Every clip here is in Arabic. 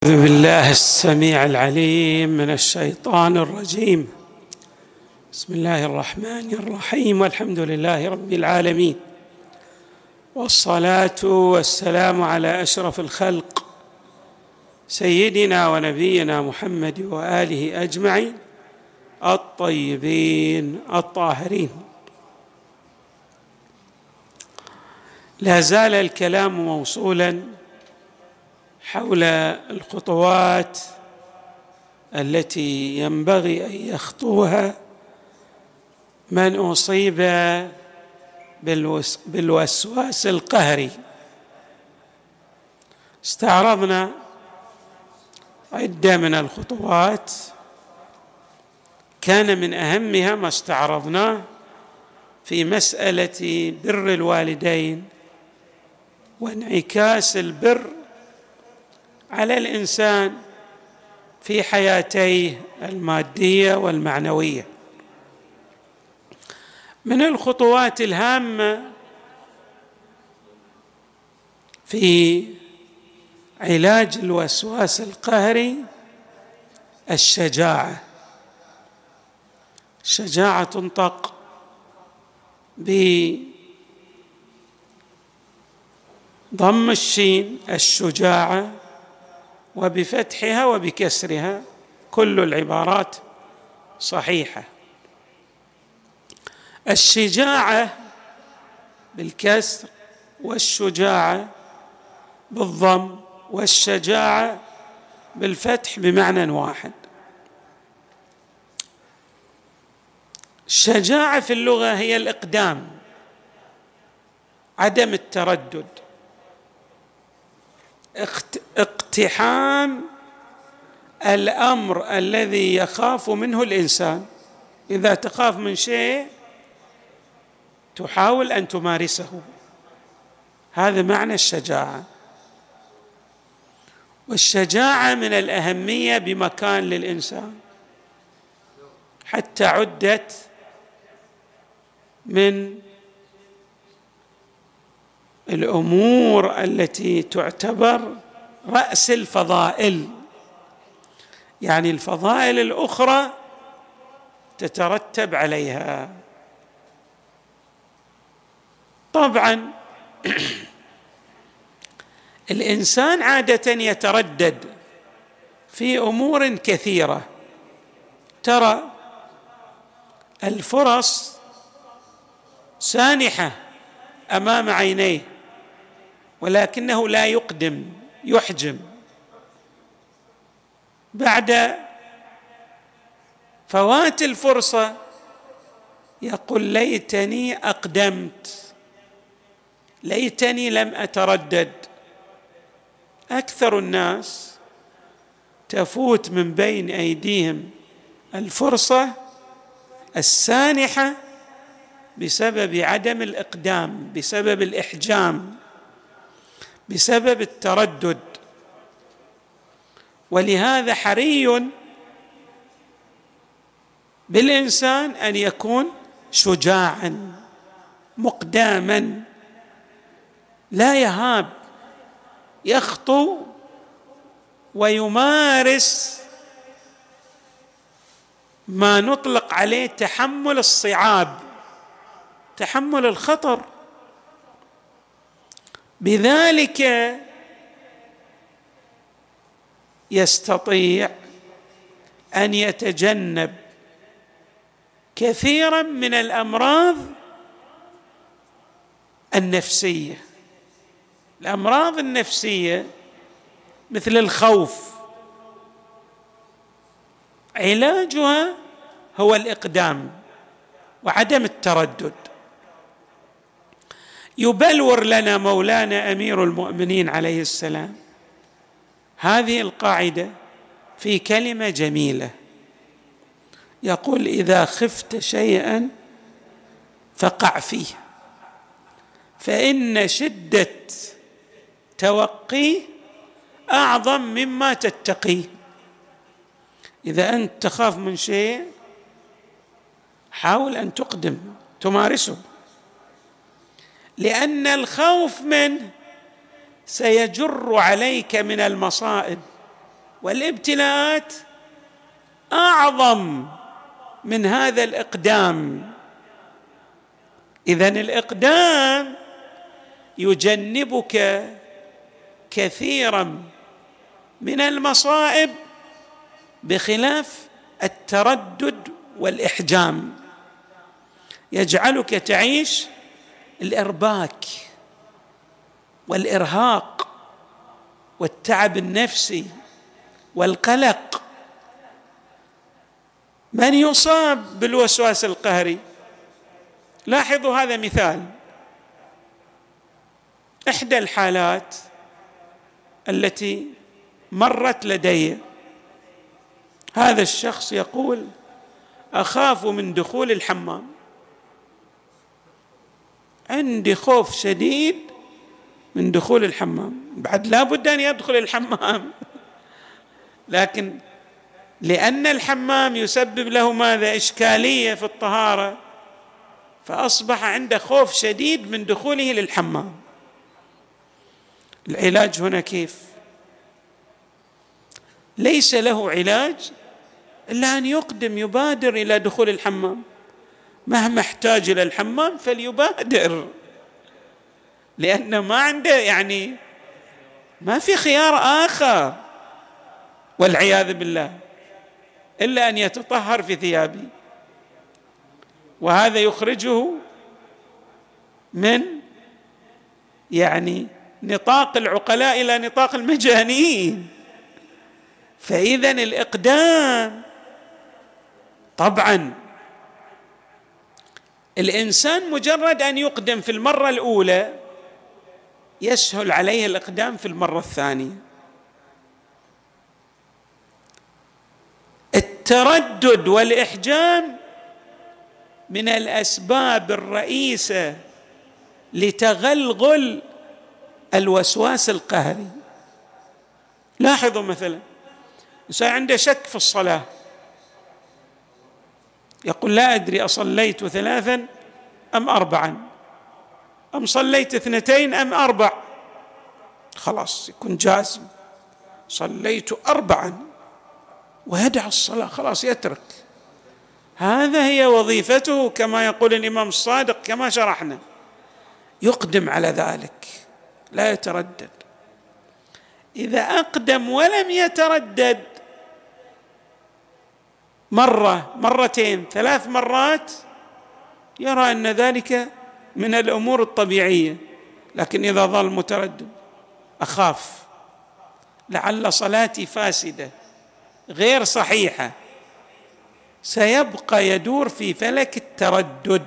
أعوذ بالله السميع العليم من الشيطان الرجيم. بسم الله الرحمن الرحيم، والحمد لله رب العالمين، والصلاة والسلام على أشرف الخلق سيدنا ونبينا محمد وآله أجمعين الطيبين الطاهرين. لا زال الكلام موصولا حول الخطوات التي ينبغي أن يخطوها من أصيب بالوسواس القهري. استعرضنا عدة من الخطوات، كان من أهمها ما استعرضناه في مسألة بر الوالدين وانعكاس البر على الإنسان في حياتيه المادية والمعنوية. من الخطوات الهامة في علاج الوسواس القهري الشجاعة. الشجاعة تنطق بضم الشين الشجاعة، وبفتحها وبكسرها، كل العبارات صحيحة. الشجاعة بالكسر، والشجاعة بالضم، والشجاعة بالفتح بمعنى واحد. الشجاعة في اللغة هي الإقدام، عدم التردد، اقتحام الأمر الذي يخاف منه الإنسان. إذا تخاف من شيء تحاول أن تمارسه، هذا معنى الشجاعة. والشجاعة من الأهمية بمكان للإنسان، حتى عدت من الأمور التي تعتبر رأس الفضائل، يعني الفضائل الأخرى تترتب عليها. طبعا الإنسان عادة يتردد في أمور كثيرة، ترى الفرص سانحة أمام عينيه، ولكنه لا يقدم، يحجم. بعد فوات الفرصة يقول ليتني أقدمت، ليتني لم أتردد. أكثر الناس تفوت من بين أيديهم الفرصة السانحة بسبب عدم الإقدام، بسبب الإحجام، بسبب التردد. ولهذا حري بالإنسان أن يكون شجاعاً مقداماً، لا يهاب، يخطو ويمارس ما نطلق عليه تحمل الصعاب، تحمل الخطر. بذلك يستطيع أن يتجنب كثيراً من الأمراض النفسية. الأمراض النفسية مثل الخوف، علاجها هو الإقدام وعدم التردد. يبلور لنا مولانا أمير المؤمنين عليه السلام هذه القاعدة في كلمة جميلة، يقول: إذا خفت شيئا فقع فيه، فإن شدة توقيه أعظم مما تتقيه. إذا أنت تخاف من شيء حاول أن تقدم، تمارسه، لأن الخوف منه سيجر عليك من المصائب والابتلاءات أعظم من هذا الإقدام. إذن الإقدام يجنبك كثيرا من المصائب بخلاف التردد والإحجام، يجعلك تعيش الإرباك والإرهاق والتعب النفسي والقلق. من يصاب بالوسواس القهري، لاحظوا هذا مثال، إحدى الحالات التي مرت لدي، هذا الشخص يقول: أخاف من دخول الحمام، عندي خوف شديد من دخول الحمام، بعد لا بد أن يدخل الحمام لكن لأن الحمام يسبب له ماذا؟ إشكالية في الطهارة، فأصبح عنده خوف شديد من دخوله للحمام. العلاج هنا كيف؟ ليس له علاج إلا أن يقدم، يبادر إلى دخول الحمام، مهما احتاج إلى الحمام فليبادر، لأنه ما عنده ما في خيار آخر والعياذ بالله إلا أن يتطهر في ثيابه، وهذا يخرجه من نطاق العقلاء إلى نطاق المجانين. فإذن الإقدام، طبعا الإنسان مجرد أن يقدم في المرة الأولى يسهل عليه الإقدام في المرة الثانية. التردد والإحجام من الأسباب الرئيسة لتغلغل الوسواس القهري. لاحظوا مثلا إنسان عنده شك في الصلاة، يقول: لا أدري أصليت 3 أم 4 أم صليت 2 أم 4، خلاص يكون جازم، صليت 4 ويدع الصلاة، خلاص يترك. هذا هي وظيفته كما يقول الإمام الصادق كما شرحنا، يقدم على ذلك لا يتردد. إذا أقدم ولم يتردد مرة، مرتين، 3 مرات، يرى أن ذلك من الأمور الطبيعية. لكن إذا ظل متردد، أخاف لعل صلاتي فاسدة غير صحيحة، سيبقى يدور في فلك التردد.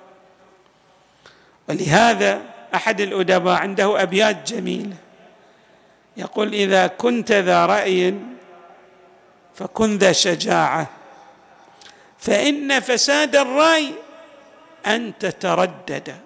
ولهذا أحد الأدباء عنده أبيات جميلة، يقول: إذا كنت ذا رأي فكن ذا شجاعة، فإن فساد الرأي أن تتردد.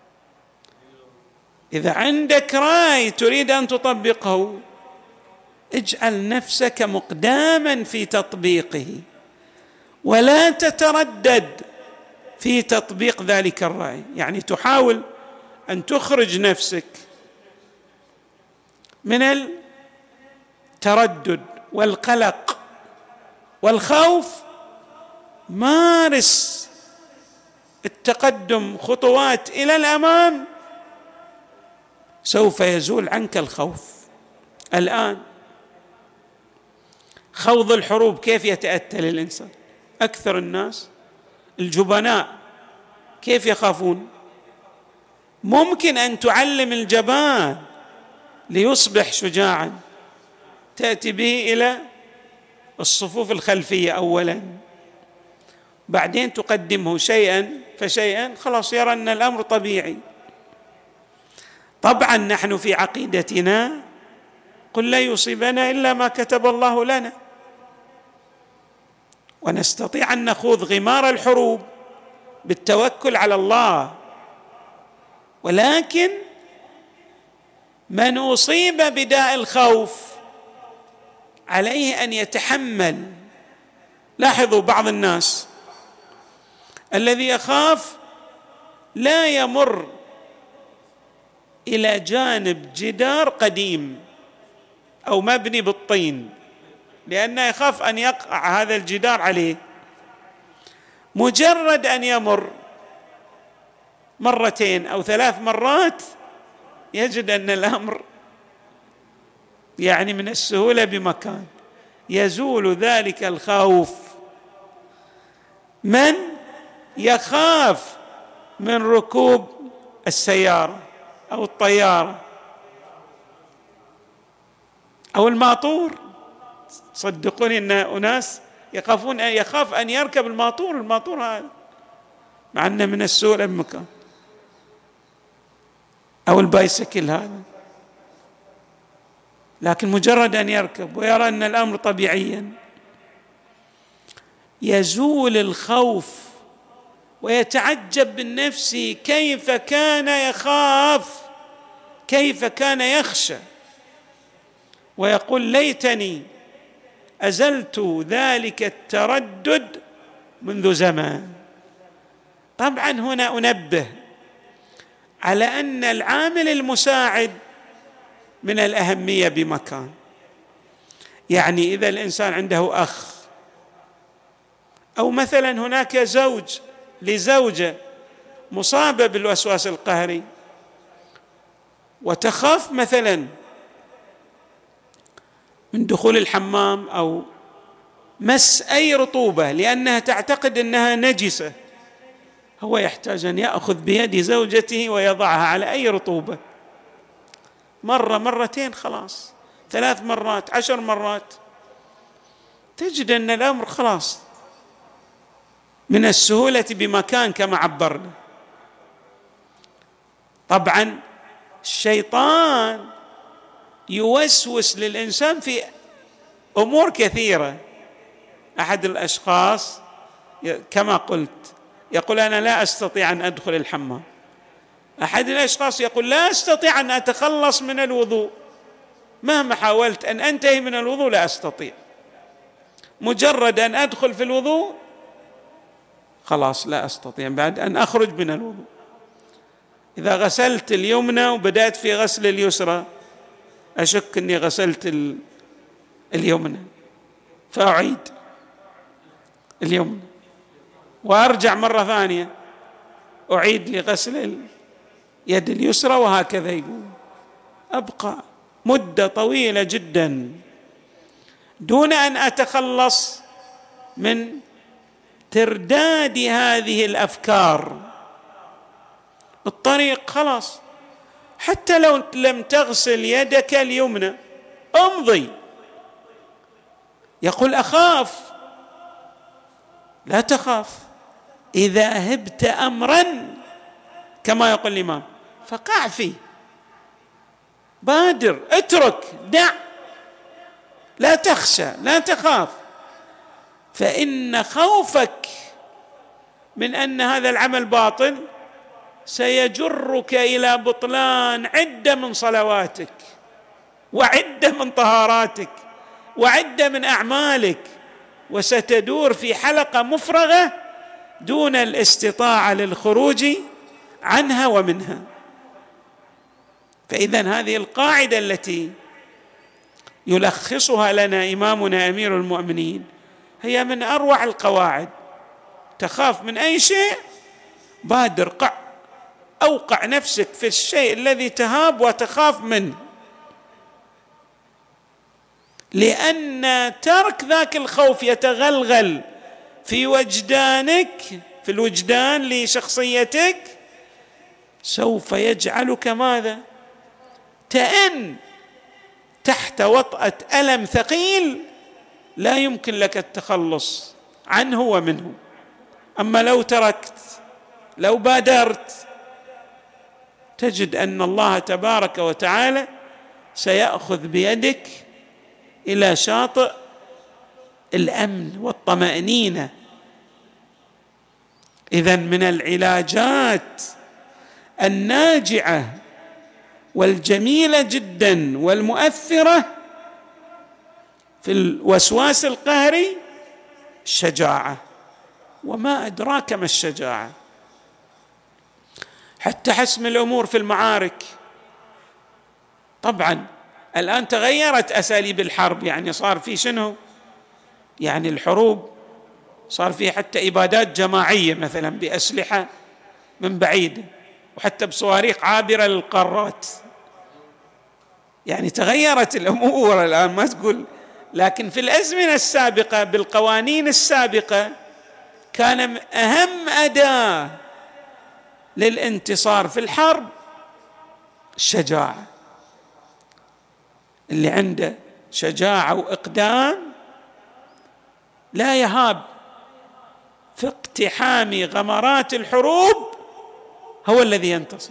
إذا عندك رأي تريد أن تطبقه، اجعل نفسك مقداما في تطبيقه، ولا تتردد في تطبيق ذلك الرأي. تحاول أن تخرج نفسك من التردد والقلق والخوف، مارس التقدم خطوات إلى الأمام، سوف يزول عنك الخوف. الآن خوض الحروب كيف يتأتى للإنسان؟ أكثر الناس الجبناء كيف يخافون؟ ممكن أن تعلم الجبان ليصبح شجاعا، تأتي به إلى الصفوف الخلفية أولا، بعدين تقدمه شيئا فشيئا، خلاص يرى أن الأمر طبيعي. طبعا نحن في عقيدتنا قل لا يصيبنا إلا ما كتب الله لنا، ونستطيع أن نخوض غمار الحروب بالتوكل على الله. ولكن من أصيب بداء الخوف عليه أن يتحمل. لاحظوا بعض الناس الذي يخاف لا يمر إلى جانب جدار قديم أو مبني بالطين لأنه يخاف أن يقع هذا الجدار عليه. مجرد أن يمر مرتين أو 3 مرات يجد أن الأمر يعني من السهولة بمكان، يزول ذلك الخوف. من يخاف من ركوب السيارة أو الطيارة أو الماطور، صدقوني أن أناس يخاف أن يركب الماطور هذا مع أنه من السهولة بمكان، أو البايسكل هذا، لكن مجرد أن يركب ويرى أن الأمر طبيعيا يزول الخوف ويتعجب بالنفس كيف كان يخاف، كيف كان يخشى، ويقول ليتني أزلت ذلك التردد منذ زمان. طبعا هنا أنبه على أن العامل المساعد من الأهمية بمكان. يعني إذا الإنسان عنده أخ، أو مثلا هناك زوج لزوجة مصابة بالوسواس القهري وتخاف مثلا من دخول الحمام أو مس أي رطوبة لأنها تعتقد أنها نجسة، هو يحتاج أن يأخذ بيد زوجته ويضعها على أي رطوبة، مرة مرتين خلاص، 3 مرات 10 مرات، تجد أن الأمر خلاص من السهولة بمكان كما عبرنا. طبعا الشيطان يوسوس للإنسان في أمور كثيرة. أحد الأشخاص كما قلت يقول أنا لا أستطيع أن أدخل الحمام، أحد الأشخاص يقول لا أستطيع أن أتخلص من الوضوء، مهما حاولت أن أنتهي من الوضوء لا أستطيع، مجرد أن أدخل في الوضوء خلاص لا أستطيع بعد أن أخرج من الوضوء. إذا غسلت اليمنى وبدأت في غسل اليسرى أشك أني غسلت اليمنى فأعيد اليمنى وأرجع مرة ثانية أعيد لغسل اليد اليسرى، وهكذا يقول. أبقى مدة طويلة جدا دون أن أتخلص من ترداد هذه الأفكار. الطريق خلاص، حتى لو لم تغسل يدك اليمنى امضي. يقول أخاف، لا تخاف، إذا هبت أمرا كما يقول الإمام فقع فيه، بادر، اترك، دع، لا تخشى، لا تخاف، فإن خوفك من أن هذا العمل باطل سيجرك إلى بطلان عدة من صلواتك وعدة من طهاراتك وعدة من أعمالك، وستدور في حلقة مفرغة دون الاستطاعة للخروج عنها ومنها. فإذن هذه القاعدة التي يلخصها لنا إمامنا أمير المؤمنين هي من أروع القواعد. تخاف من أي شيء بادر، أوقع نفسك في الشيء الذي تهاب وتخاف منه، لأن ترك ذاك الخوف يتغلغل في وجدانك، في الوجدان لشخصيتك، سوف يجعلك ماذا؟ تئن تحت وطأة ألم ثقيل لا يمكن لك التخلص عنه ومنه. أما لو تركت، لو بادرت، تجد أن الله تبارك وتعالى سيأخذ بيدك إلى شاطئ الأمن والطمأنينة. إذن من العلاجات الناجعة والجميلة جدا والمؤثرة في الوسواس القهري الشجاعة. وما أدراك ما الشجاعة؟ حتى حسم الأمور في المعارك. طبعا الآن تغيرت أساليب الحرب، يعني صار في شنو؟ يعني الحروب صار فيها حتى إبادات جماعية مثلا بأسلحة من بعيد، وحتى بصواريخ عابرة للقارات. يعني تغيرت الأمور الآن، ما تقول. لكن في الأزمنة السابقة بالقوانين السابقة كان أهم أداة للانتصار في الحرب الشجاعة. اللي عنده شجاعة وإقدام لا يهاب في اقتحام غمرات الحروب هو الذي ينتصر.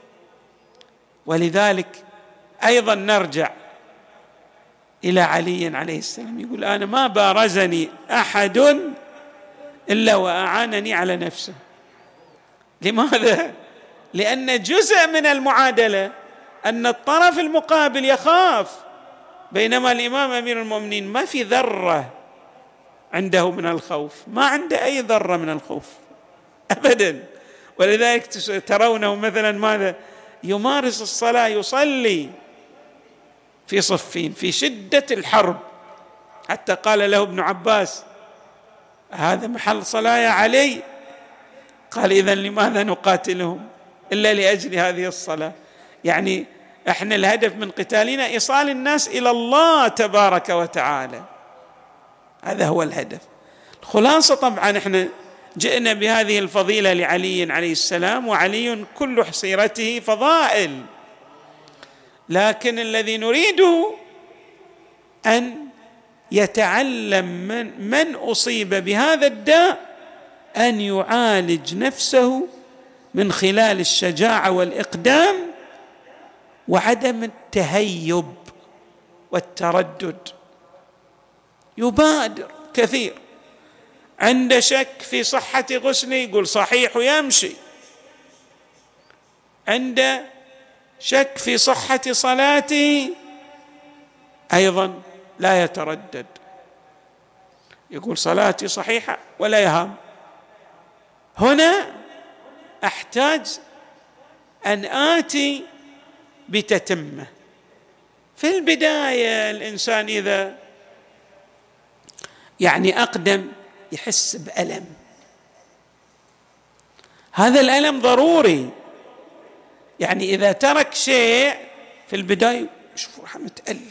ولذلك أيضا نرجع إلى علي عليه السلام، يقول: أنا ما بارزني أحد إلا وأعانني على نفسه. لماذا؟ لأن جزء من المعادلة أن الطرف المقابل يخاف، بينما الإمام أمير المؤمنين ما في ذرة عنده من الخوف، ما عنده أي ذرة من الخوف أبدا. ولذلك ترونه مثلا ماذا؟ يمارس الصلاة، يصلي في صفين في شدة الحرب، حتى قال له ابن عباس: هذا محل صلاة يا علي؟ قال: إذن لماذا نقاتلهم إلا لأجل هذه الصلاة؟ يعني احنا الهدف من قتالنا إيصال الناس إلى الله تبارك وتعالى، هذا هو الهدف. الخلاصة طبعا احنا جئنا بهذه الفضيلة لعلي عليه السلام، وعلي كل سيرته فضائل، لكن الذي نريده أن يتعلم من أصيب بهذا الداء أن يعالج نفسه من خلال الشجاعة والإقدام وعدم التهيب والتردد. يبادر كثير، عنده شك في صحة غسله يقول صحيح ويمشي، عنده شك في صحة صلاته أيضا لا يتردد، يقول صلاتي صحيحة ولا يهام. هنا أحتاج أن آتي بتتمة. في البداية الإنسان إذا يعني أقدم يحس بألم، هذا الألم ضروري. يعني إذا ترك شيء في البداية شوف راح متألم.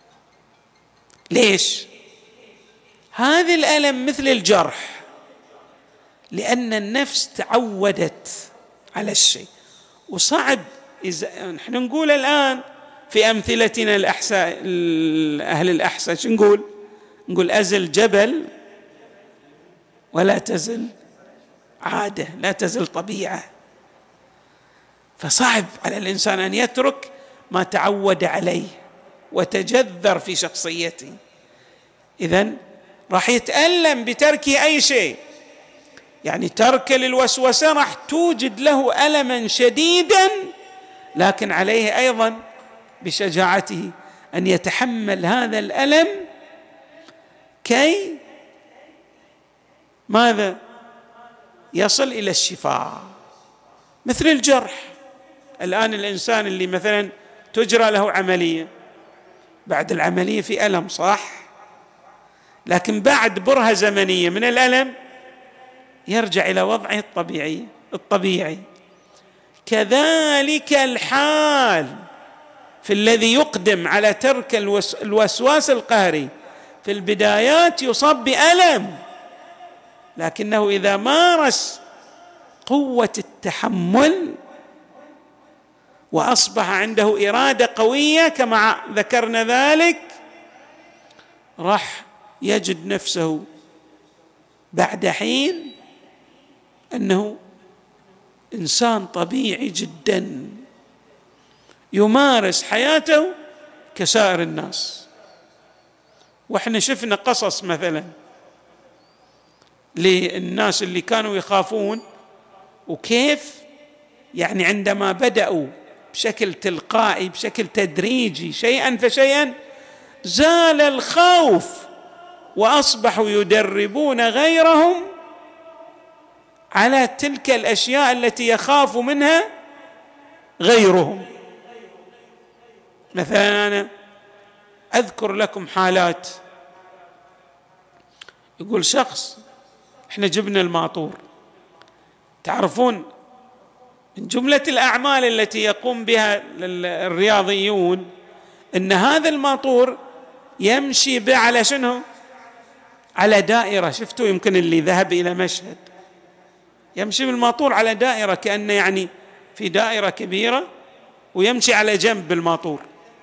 ليش؟ هذا الألم مثل الجرح، لأن النفس تعودت على الشيء، وصعب. إذا نحن نقول الآن في أمثلتنا الأحساء، أهل الأحساء شو نقول أزل جبل ولا تزل عادة، لا تزل طبيعة. فصعب على الإنسان أن يترك ما تعود عليه وتجذر في شخصيته، إذن راح يتألم بترك أي شيء. يعني ترك للوسوسة راح توجد له ألما شديدا، لكن عليه أيضا بشجاعته أن يتحمل هذا الألم كي ماذا؟ يصل إلى الشفاء. مثل الجرح، الآن الإنسان اللي مثلا تجرى له عملية، بعد العملية في ألم صح، لكن بعد برهة زمنية من الألم يرجع إلى وضعه الطبيعي. كذلك الحال في الذي يقدم على ترك الوسواس القهري، في البدايات يصاب بألم، لكنه إذا مارس قوة التحمل وأصبح عنده إرادة قوية كما ذكرنا ذلك، راح يجد نفسه بعد حين أنه إنسان طبيعي جدا يمارس حياته كسائر الناس. وإحنا شفنا قصص مثلا للناس اللي كانوا يخافون، وكيف يعني عندما بدأوا بشكل تلقائي بشكل تدريجي شيئا فشيئا زال الخوف، وأصبحوا يدربون غيرهم على تلك الأشياء التي يخاف منها غيرهم. مثلا أنا أذكر لكم حالات يقول شخص احنا جبنا الماطور، تعرفون من جملة الأعمال التي يقوم بها الرياضيون أن هذا الماطور يمشي به على شنو؟ على دائرة. شفتوا يمكن اللي ذهب إلى مشهد يمشي بالماطور على دائرة، كأنه يعني في دائرة كبيرة ويمشي على جنب بالماطور.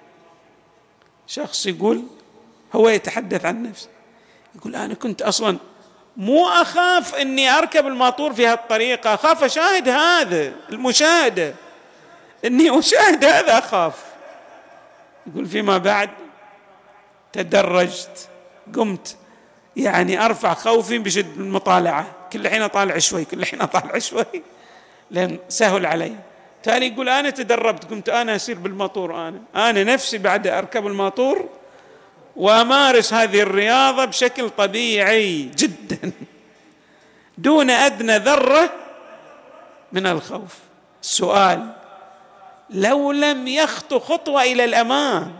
شخص يقول، هو يتحدث عن نفسه، يقول أنا كنت أصلا مو أخاف أني أركب الماطور في هالطريقة، أخاف أشاهد هذا المشاهدة، أني أشاهد هذا أخاف. يقول فيما بعد تدرجت، قمت يعني أرفع خوفي بشد المطالعة، كل حين أطالع شوي كل حين أطالع شوي لأن سهل علي. تالي يقول أنا تدربت، قمت أنا أسير بالماطور، أنا نفسي بعد أركب الماطور وأمارس هذه الرياضة بشكل طبيعي جدا دون أدنى ذرة من الخوف. السؤال، لو لم يخطو خطوة إلى الأمام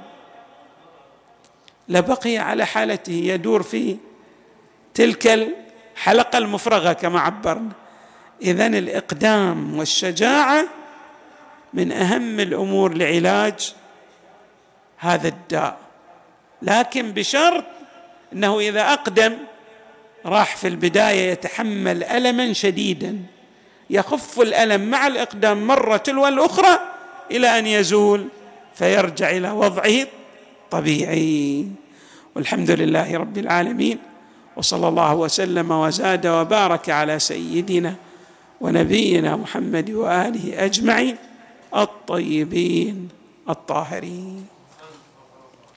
لبقي على حالته يدور في تلك الحلقة المفرغة كما عبرنا. إذن الإقدام والشجاعة من أهم الأمور لعلاج هذا الداء، لكن بشرط أنه إذا أقدم راح في البداية يتحمل ألما شديدا، يخف الألم مع الإقدام مرة تلو الأخرى إلى أن يزول فيرجع إلى وضعه الطبيعي. والحمد لله رب العالمين، وصلى الله وسلم وزاد وبارك على سيدنا ونبينا محمد وآله أجمعين الطيبين الطاهرين.